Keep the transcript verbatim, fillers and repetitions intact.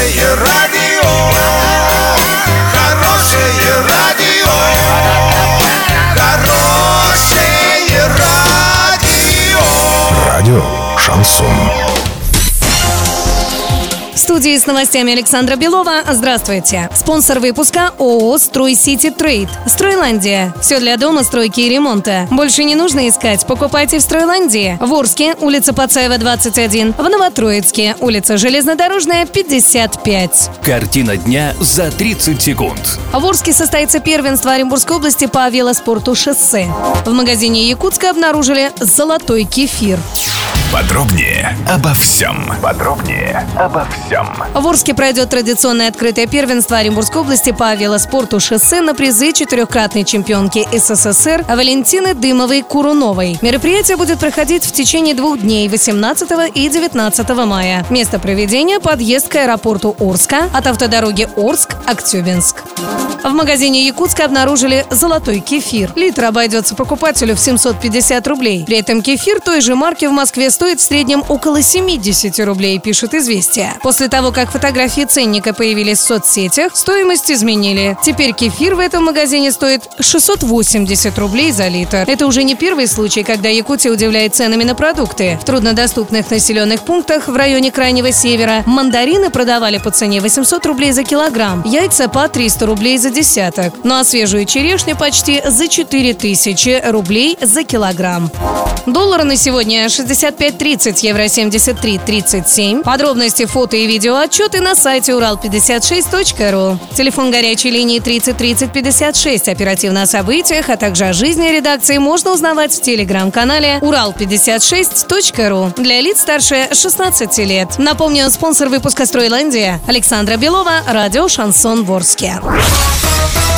Хорошее радио, хорошее радио, хорошее радио. Радио Шансон. В студии с новостями Александра Белова. Здравствуйте. Спонсор выпуска ООО «Стройсити Трейд». Стройландия. Все для дома, стройки и ремонта. Больше не нужно искать. Покупайте в Стройландии. В Орске, улица Пацаева, двадцать один. В Новотроицке, улица Железнодорожная, пятьдесят пять. Картина дня за тридцать секунд. В Орске состоится первенство Оренбургской области по велоспорту шоссе. В магазине Якутска обнаружили золотой кефир. Подробнее обо всем. Подробнее обо всем. В Орске пройдет традиционное открытое первенство Оренбургской области по велоспорту шоссе на призы четырехкратной чемпионки СССР Валентины Дымовой-Куруновой. Мероприятие будет проходить в течение двух дней восемнадцатого и девятнадцатого мая. Место проведения – подъезд к аэропорту Орска от автодороги Орск-Актюбинск. В магазине Якутска обнаружили золотой кефир. Литр обойдется покупателю в семьсот пятьдесят рублей. При этом кефир той же марки в Москве стоит в среднем около семьдесят рублей, пишет «Известия». После того, как фотографии ценника появились в соцсетях, стоимость изменили. Теперь кефир в этом магазине стоит шестьсот восемьдесят рублей за литр. Это уже не первый случай, когда Якутия удивляет ценами на продукты. В труднодоступных населенных пунктах в районе Крайнего Севера мандарины продавали по цене восемьсот рублей за килограмм, яйца по триста рублей за десяток. Ну а свежую черешню почти за четыре тысячи рублей за килограмм. Доллары на сегодня шестьдесят пять тридцать, евро семьдесят три тридцать семь. Подробности, фото и видео отчеты на сайте урал пятьдесят шесть точка ру. Телефон горячей линии тридцать тридцать пятьдесят шесть. Оперативно о событиях, а также о жизни редакции можно узнавать в телеграм-канале урал пятьдесят шесть точка ру для лиц старше шестнадцати лет. Напомню, спонсор выпуска «Стройландия» Александра Белова, радио «Шансон» в Орске.